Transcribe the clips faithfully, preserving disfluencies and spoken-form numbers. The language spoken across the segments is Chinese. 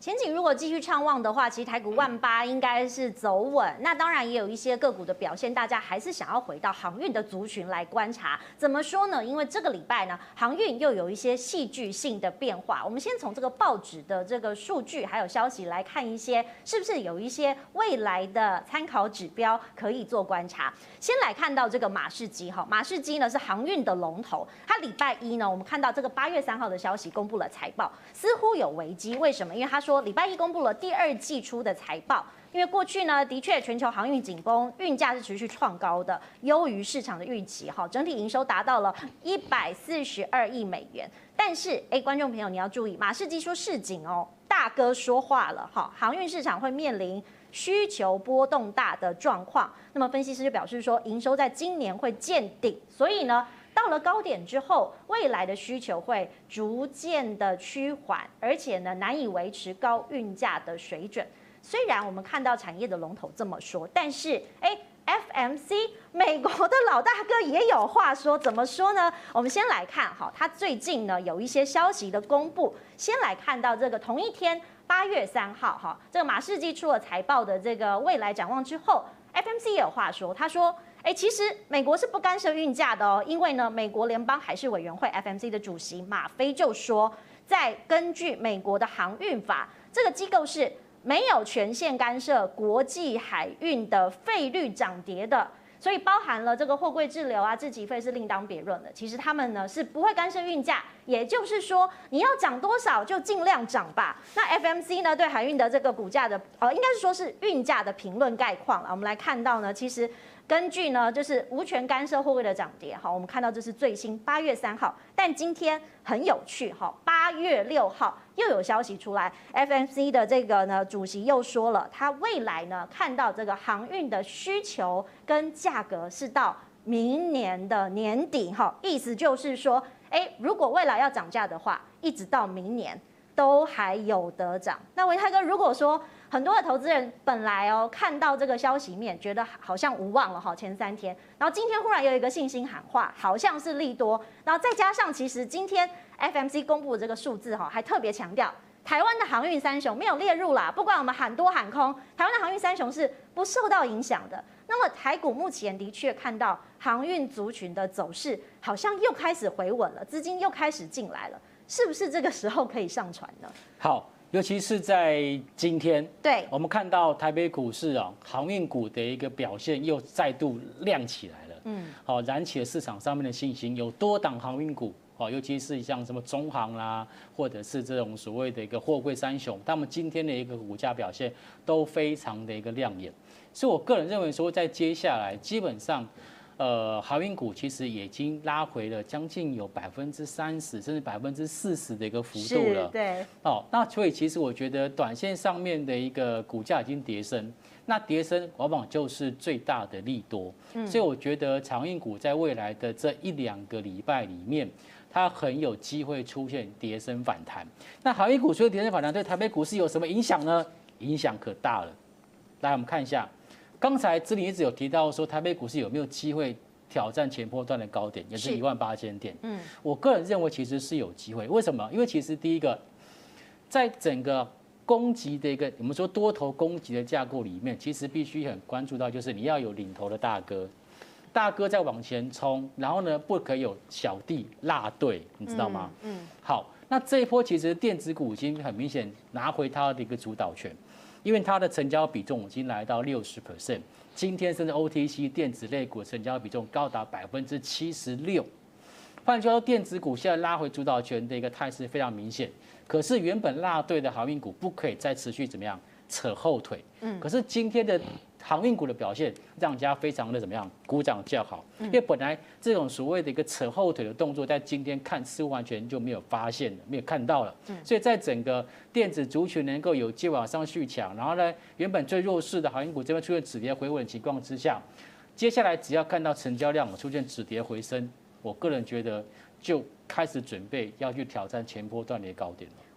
前景如果继续畅旺的话，其实台股万八应该是走稳。那当然也有一些个股的表现，大家还是想要回到航运的族群来观察。怎么说呢？因为这个礼拜呢，航运又有一些戏剧性的变化。我们先从这个报纸的这个数据还有消息来看一些，是不是有一些未来的参考指标可以做观察。先来看到这个马士基哈，马士基呢是航运的龙头，它礼拜一呢，我们看到这个八月三号的消息公布了财报，似乎有危机。为什么？因为他说礼拜一公布了第二季出的财报，因为过去呢，的确全球航运紧绷，运价是持续创高的，优于市场的预期，哈，整体营收达到了一百四十二亿美元。但是，哎，观众朋友你要注意，马士基说市井哦，大哥说话了，哈，航运市场会面临需求波动大的状况。那么分析师就表示说，营收在今年会见顶，所以呢，到了高点之后，未来的需求会逐渐的趋缓，而且呢，难以维持高运价的水准。虽然我们看到产业的龙头这么说，但是哎 ，F M C 美国的老大哥也有话说，怎么说呢？我们先来看哈，他最近呢有一些消息的公布。先来看到这个同一天八月三号哈，这个马士基出了财报的这个未来展望之后 ，F M C 也有话说，他说。哎，其实美国是不干涉运价的哦，因为呢，美国联邦海事委员会 F M C 的主席马菲就说，在根据美国的航运法，这个机构是没有权限干涉国际海运的费率涨跌的。所以包含了这个货柜滞留啊、滞期费是另当别论的。其实他们呢是不会干涉运价，也就是说你要涨多少就尽量涨吧。那 F M C 呢对海运的这个股价的呃，应该是说是运价的评论概况了。我们来看到呢，其实根据呢就是无权干涉货柜的涨跌。好，我们看到这是最新八月三号，但今天很有趣哈，八月六号又有消息出来 ，F M C 的这个呢主席又说了，他未来呢看到这个航运的需求跟价格是到明年的年底哈，意思就是说，哎，如果未来要涨价的话，一直到明年都还有得涨。那维泰哥，如果说很多的投资人本来哦看到这个消息面，觉得好像无望了哈，前三天，然后今天忽然有一个信心喊话，好像是利多，然后再加上其实今天 F M C 公布的这个数字哈，还特别强调台湾的航运三雄没有列入啦，不管我们喊多喊空，台湾的航运三雄是不受到影响的。那么台股目前的确看到航运族群的走势好像又开始回稳了，资金又开始进来了，是不是这个时候可以上船呢？ 好。尤其是在今天， 对， 我们看到台北股市啊，航运股的一个表现又再度亮起来了，嗯，好，燃起了市场上面的信心，有多档航运股，好，尤其是像什么中航啦，或者是这种所谓的一个货柜三雄，他们今天的一个股价表现都非常的一个亮眼，所以我个人认为说，在接下来基本上。呃，航运股其实已经拉回了将近有百分之三十甚至百分之四十的一个幅度了。 对。 哦，那所以其实我觉得短线上面的一个股价已经跌升，那跌升往往就是最大的利多。嗯。所以我觉得航运股在未来的这一两个礼拜里面，它很有机会出现跌升反弹。那航运股出现跌升反弹，对台北股市有什么影响呢？影响可大了。来，我们看一下。刚才志玲一直有提到说，台北股市有没有机会挑战前波段的高点，也是一万八千点。嗯，我个人认为其实是有机会。为什么？因为其实第一个，在整个攻击的一个我们说多头攻击的架构里面，其实必须很关注到，就是你要有领头的大哥，大哥在往前冲，然后呢不可以有小弟落队，你知道吗？嗯，嗯好，那这一波其实电子股已经很明显拿回它的一个主导权。因为它的成交比重已经来到六十 percent， 今天甚至 O T C 电子类股的成交比重高达百分之七十六。换句话说，电子股现在拉回主导权的一个态势非常明显。可是原本落队的航运股不可以再持续怎么样扯后腿。嗯。可是今天的航运股的表现让人家非常的怎么样鼓掌叫好，因为本来这种所谓的一个扯后腿的动作，在今天看似乎完全就没有发现了，没有看到了。所以在整个电子族群能够有机往上续强，然后呢，原本最弱势的航运股这边出现止跌回稳的情况之下，接下来只要看到成交量出现止跌回升，我个人觉得就开始准备要去挑战前波段的高点了。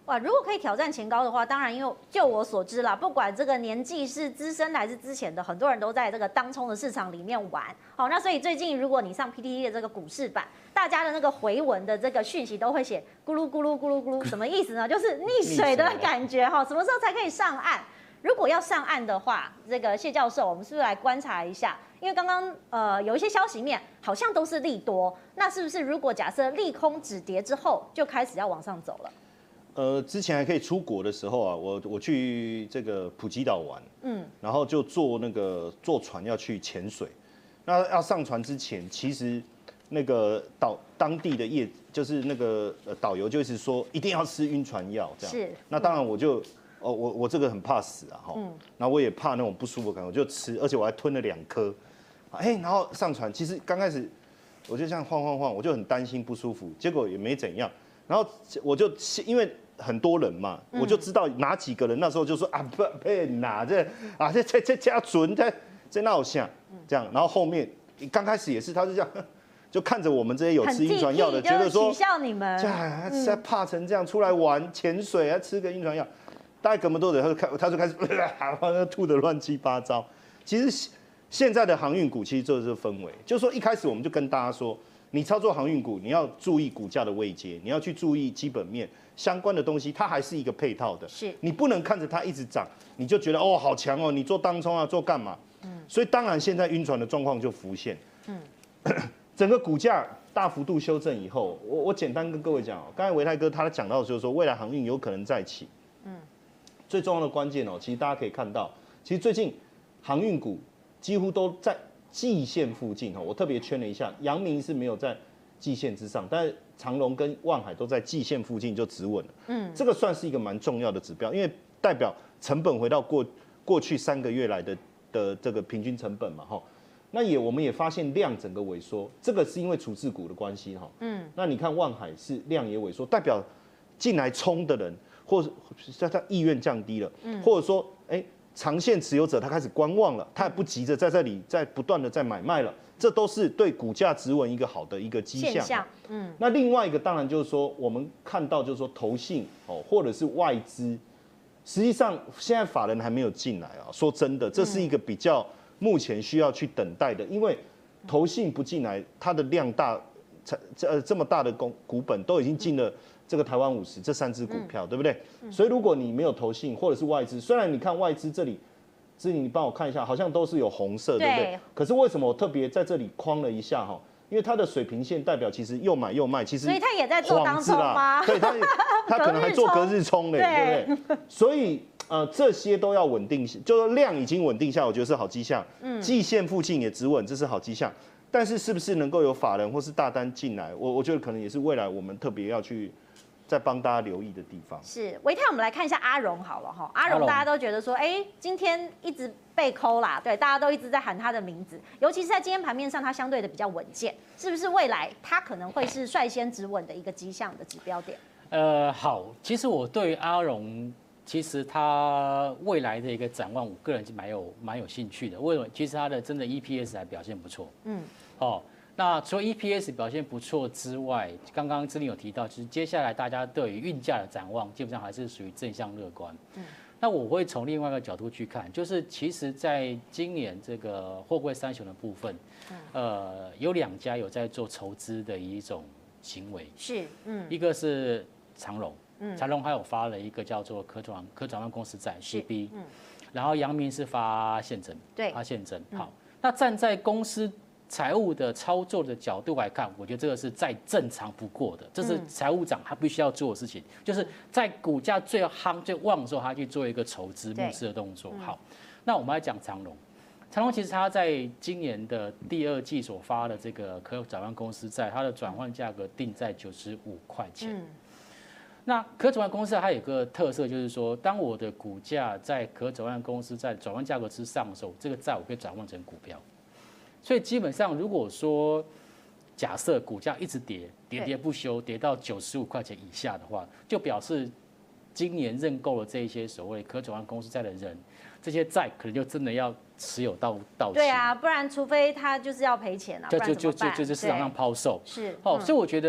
哇，如果可以挑战前高的话，当然，因为就我所知啦，不管这个年纪是资深的还是之前的，很多人都在这个当冲的市场里面玩。好，那所以最近如果你上 P T T 的这个股市版，大家的那个回文的这个讯息都会写咕噜咕噜咕噜咕噜，什么意思呢？就是溺水的感觉哈，什么时候才可以上岸？如果要上岸的话，这个谢教授，我们是不是来观察一下？因为刚刚呃有一些消息面好像都是利多，那是不是如果假设利空止跌之后，就开始要往上走了？ 呃，之前还可以出国的时候啊，我我去这个普吉岛玩，嗯，然后就坐那个坐船要去潜水。那要上船之前，其实那个岛当地的业就是那个呃导游就是说一定要吃晕船药，这样。是。那当然我就哦我我这个很怕死啊哈，嗯，然后我也怕那种不舒服感，我就吃，而且我还吞了两颗。哎，然后上船，其实刚开始我就这样晃晃晃，我就很担心不舒服，结果也没怎样。然后我就因为很多人嘛，我就知道哪几个人那时候就说啊不骗哪这啊这这这家准在在闹下这样，然后后面刚开始也是他就这样就看着我们这些有吃晕船药的，觉得说取笑你们， 这怕成这样出来玩潜水还吃个晕船药，大概隔么多久他就开他就开始吐得乱七八糟。其实现在的航运股其实就是氛围，就是说一开始我们就跟大家说，你操作航运股，你要注意股价的位阶，你要去注意基本面相关的东西，它还是一个配套的。是，你不能看着它一直涨，你就觉得哦好强哦，你做当冲啊，做干嘛？嗯，所以当然现在晕船的状况就浮现。嗯，整个股价大幅度修正以后，我我简单跟各位讲哦，刚才维泰哥他讲到就是说，未来航运有可能再起。嗯，最重要的关键哦，其实大家可以看到，其实最近航运股几乎都在季线附近哈，我特别圈了一下，阳明是没有在季线之上，但是长荣跟万海都在季线附近就止稳了。嗯，这个算是一个蛮重要的指标，因为代表成本回到过过去三个月来的的这个平均成本嘛哈。那也我们也发现量整个萎缩，这个是因为处置股的关系哈。嗯，那你看万海是量也萎缩，代表进来冲的人，或者他意愿降低了，嗯，或者说哎。欸长线持有者他开始观望了，他也不急着在这里在不断的在买卖了，这都是对股价止稳一个好的一个迹象。嗯，那另外一个当然就是说，我们看到就是说投信哦，或者是外资，实际上现在法人还没有进来啊。说真的，这是一个比较目前需要去等待的，因为投信不进来，它的量大，这呃这么大的股股本都已经进了。这个台湾五十这三只股票，嗯、对不对？嗯、所以如果你没有投信或者是外资，虽然你看外资这里，志玲你帮我看一下，好像都是有红色， 对, 对不对？可是为什么我特别在这里框了一下哈？因为它的水平线代表其实又买又卖，其实所以他也在做当冲吗？ 对，他他可能还做隔日冲嘞，对不对？所以呃这些都要稳定，就是量已经稳定下，我觉得是好迹象。嗯，季线附近也止稳，这是好迹象。但是是不是能够有法人或是大单进来？我我觉得可能也是未来我们特别要去。在帮大家留意的地方是维泰，我们来看一下阿荣好了哈。阿荣大家都觉得说，哎、欸，今天一直被抠啦，对，大家都一直在喊他的名字，尤其是在今天盘面上，它相对的比较稳健，是不是未来它可能会是率先止稳的一个迹象的指标点？ 呃，好，其实我对阿荣，其实他未来的一个展望，我个人是蛮有蛮有兴趣的。为什么？其实他的真的 E P S 还表现不错，嗯，哦。那除了 E P S 表现不错之外，刚刚志玲有提到，就是接下来大家对于运价的展望，基本上还是属于正向乐观。嗯，那我会从另外一个角度去看，就是其实在今年这个货柜三雄的部分，呃，有两家有在做筹资的一种行为，是，嗯，一个是长荣，嗯，长荣还有发了一个叫做可转可转换公司债 C B， 嗯，然后阳明是发现增，对，发现增，好，那站在公司财务的操作的角度来看，我觉得这个是再正常不过的，这是财务长他必须要做的事情，就是在股价最夯最旺的时候，他去做一个筹资募资的动作。好，那我们来讲长荣，长荣其实他在今年的第二季所发的这个可转换公司债，它的转换价格定在九十五块钱。嗯，那可转换公司债它有个特色，就是说，当我的股价在可转换公司债转换价格之上的时候，这个债我可以转换成股票。所以基本上，如果说假设股价一直跌，跌跌不休，跌到九十五块钱以下的话，就表示今年认购了这一些所谓可转换公司债的人，这些债可能就真的要持有到到期。 对啊，不然除非他就是要赔钱啊， 就就就就就在市场上抛售。 是， 哦，所以我觉得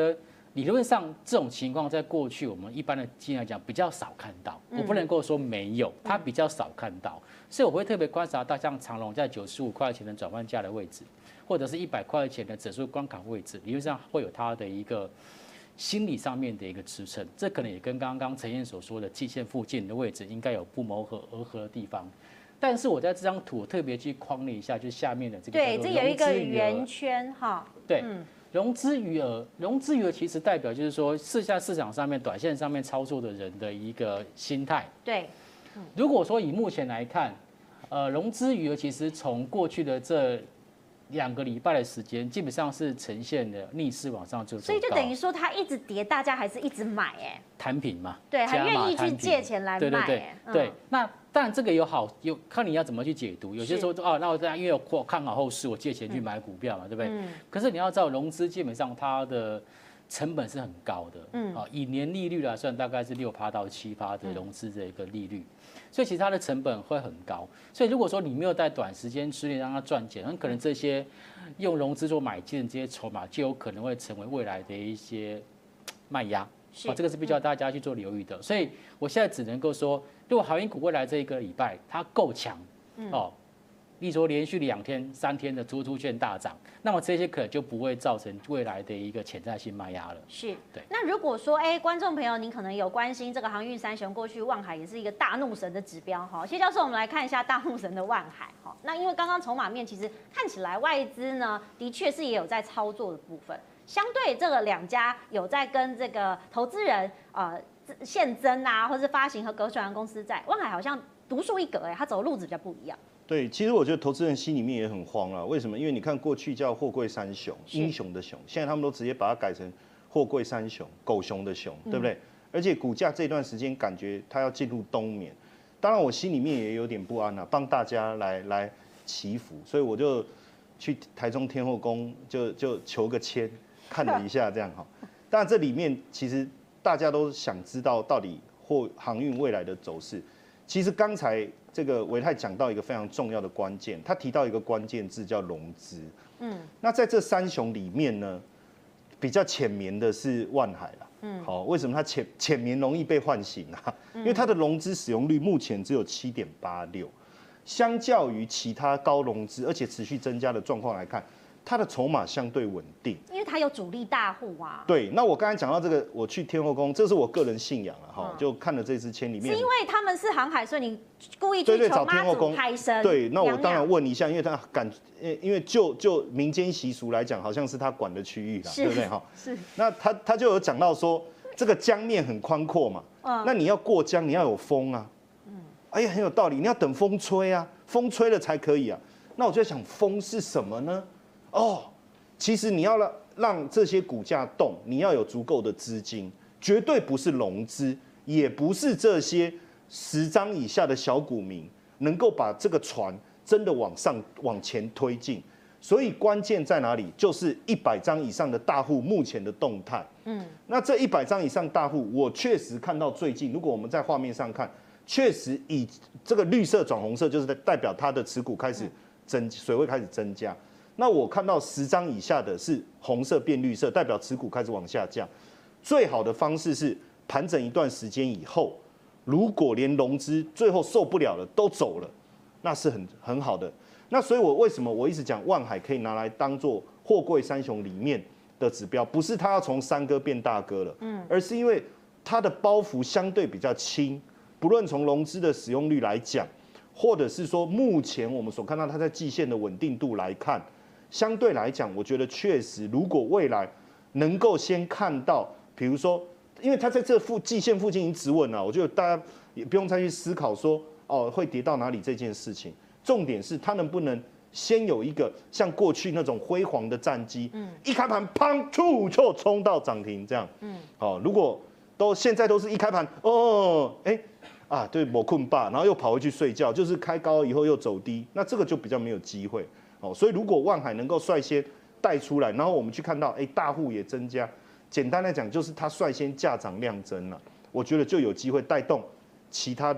理论上这种情况在过去我们一般的经验来讲比较少看到，我不能够说没有，它比较少看到，所以我会特别观察到像长荣在九十五块钱的转换价的位置，或者是一百块钱的整数关卡位置，理论上会有它的一个心理上面的一个支撑，这可能也跟刚刚陈燕所说的季线附近的位置应该有不谋合而合的地方。但是我在这张图特别去框了一下，就是下面的这个对，这有一个圆圈哈。 对，嗯、融资余额，融资余额其实代表就是说，市下市场上面短线上面操作的人的一个心态。 对， 嗯、如果说以目前来看，呃，融资余额其实从过去的这两个礼拜的时间，基本上是呈现的逆势往上就走高， 所以就等于说它一直跌，大家还是一直买哎， 摊平嘛， 对，还愿意去借钱来买， 对对对、嗯、对。那当然这个有好有看你要怎么去解读，有些说哦，那我因为我看好后市，我借钱去买股票嘛，嗯、对不对？嗯、可是你要知道，融资基本上它的成本是很高的，嗯，啊，以年利率来算，大概是六趴到七趴的融资的一个利率。所以其实它的成本会很高，所以如果说你没有在短时间之内让它赚钱，很可能这些用融资做买进的这些筹码，就有可能会成为未来的一些卖压。哦，这个是必须要大家去做留意的。所以我现在只能够说，如果航运股未来这一个礼拜它够强，哦，例如说连续两天、三天的突突券大涨，那么这些可能就不会造成未来的一个潜在性卖压了。 是， 对。 那如果说，哎，观众朋友，您可能有关心这个航运三雄，过去万海也是一个大怒神的指标哈。谢教授，我们来看一下大怒神的万海哈。那因为刚刚筹码面其实看起来外资呢，的确是也有在操作的部分，相对这个两家有在跟这个投资人呃现增啊，或是发行和隔船公司债，万海好像独树一格哎，它走的路子比较不一样。 对，其实我觉得投资人心里面也很慌啊。为什么？因为你看过去叫货柜三雄，英雄的雄，现在他们都直接把它改成货柜三雄，狗熊的熊，对不对？嗯、而且股价这段时间感觉它要进入冬眠，当然我心里面也有点不安啊，帮大家来来祈福，所以我就去台中天后宫就就求个签，看了一下这样哈。当然这里面其实大家都想知道到底货航运未来的走势。其实刚才这个维泰讲到一个非常重要的关键，他提到一个关键字叫融资。嗯，那在这三雄里面呢，比较浅眠的是万海啦。嗯，好，为什么它浅浅眠容易被唤醒啊？因为它的融资使用率目前只有七点八六，相较于其他高融资而且持续增加的状况来看，它的筹码相对稳定， 因为它有主力大户啊。 对，那我刚才讲到这个，我去天后宫，这是我个人信仰了哈，嗯、就看了这支签里面， 是因为他们是航海，所以你故意去求妈祖开身。 对，那我当然问一下，因为他感，因为就就民间习俗来讲，好像是他管的区域啦，对不对哈？ 是。 那他他就有讲到说，这个江面很宽阔嘛，嗯、那你要过江，你要有风啊，嗯，哎呀很有道理，你要等风吹啊，风吹了才可以啊。那我就在想，风是什么呢？哦。其实你要让让这些股价动，你要有足够的资金，绝对不是融资，也不是这些十张以下的小股民能够把这个船真的往上往前推进。所以关键在哪里？就是一百张以上的大户目前的动态。嗯，那这一百张以上大户，我确实看到最近，如果我们在画面上看，确实以这个绿色转红色，就是代表它的持股开始增，水位开始增加。那我看到十张以下的是红色变绿色，代表持股开始往下降。最好的方式是盘整一段时间以后，如果连融资最后受不了了都走了，那是很很好的。那所以我为什么我一直讲万海可以拿来当做货柜三雄里面的指标，不是它要从三哥变大哥了，嗯，而是因为它的包袱相对比较轻，不论从融资的使用率来讲，或者是说目前我们所看到它在季线的稳定度来看。相对来讲，我觉得确实，如果未来能够先看到，比如说，因为它在这附季线附近已经止稳了，我觉得大家也不用再去思考说，哦，会跌到哪里这件事情。重点是它能不能先有一个像过去那种辉煌的战绩，嗯，一开盘砰突就冲到涨停这样，嗯，哦，如果都现在都是一开盘，哦，哎、欸，啊，对，我困霸，然后又跑回去睡觉，就是开高以后又走低，那这个就比较没有机会。哦，所以如果万海能够率先带出来，然后我们去看到，哎，大户也增加，简单来讲就是它率先价涨量增了，我觉得就有机会带动其他的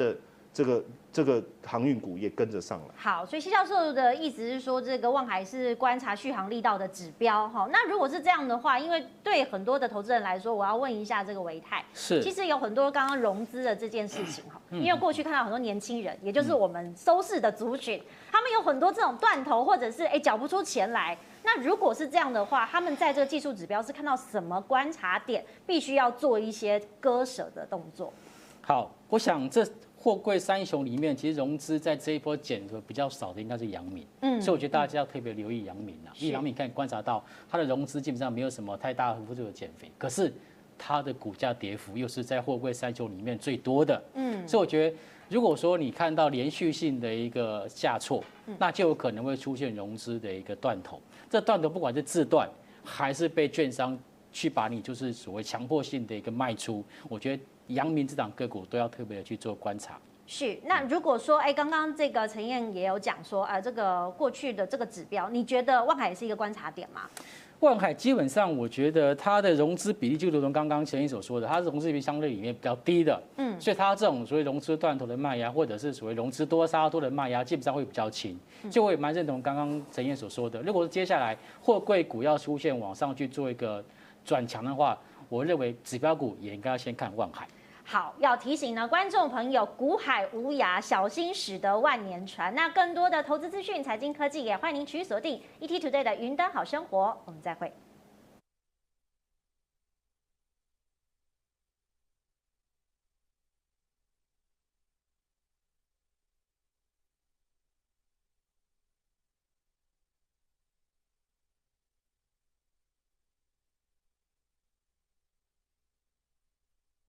这个这个航运股也跟着上来。 好，所以谢教授的意思是说，这个望海是观察续航力道的指标哈。那如果是这样的话，因为对很多的投资人来说，我要问一下这个维泰， 是， 其实有很多刚刚融资的这件事情哈，因为过去看到很多年轻人，也就是我们收视的族群，他们有很多这种断头或者是哎缴不出钱来。那如果是这样的话，他们在这个技术指标是看到什么观察点，必须要做一些割舍的动作？ 好，我想这货柜三雄里面，其实融资在这一波减的比较少的应该是阳明，嗯，所以我觉得大家要特别留意阳明啊，因为阳明可以观察到它的融资基本上没有什么太大幅度的减肥，可是它的股价跌幅又是在货柜三雄里面最多的，嗯，所以我觉得如果说你看到连续性的一个下挫，那就有可能会出现融资的一个断头，这断头不管是自断还是被券商去把你就是所谓强迫性的一个卖出，我觉得阳明这档个股都要特别的去做观察。 是，那如果说，哎，刚刚这个陈燕也有讲说，呃，这个过去的这个指标，你觉得万海是一个观察点吗？ 万海基本上，我觉得它的融资比例就如同刚刚陈燕所说的，它的融资比例相对里面比较低的，嗯，所以它这种所谓融资断头的卖压，或者是所谓融资多杀多的卖压，基本上会比较轻。所以我也蛮认同刚刚陈燕所说的，如果是接下来货柜股要出现往上去做一个转强的话，我认为指标股也应该要先看万海。 好，要提醒呢，观众朋友，股海无涯，小心驶得万年船。那更多的投资资讯、财经科技，也欢迎您持续锁定 E T Today 的云端好生活。我们再会。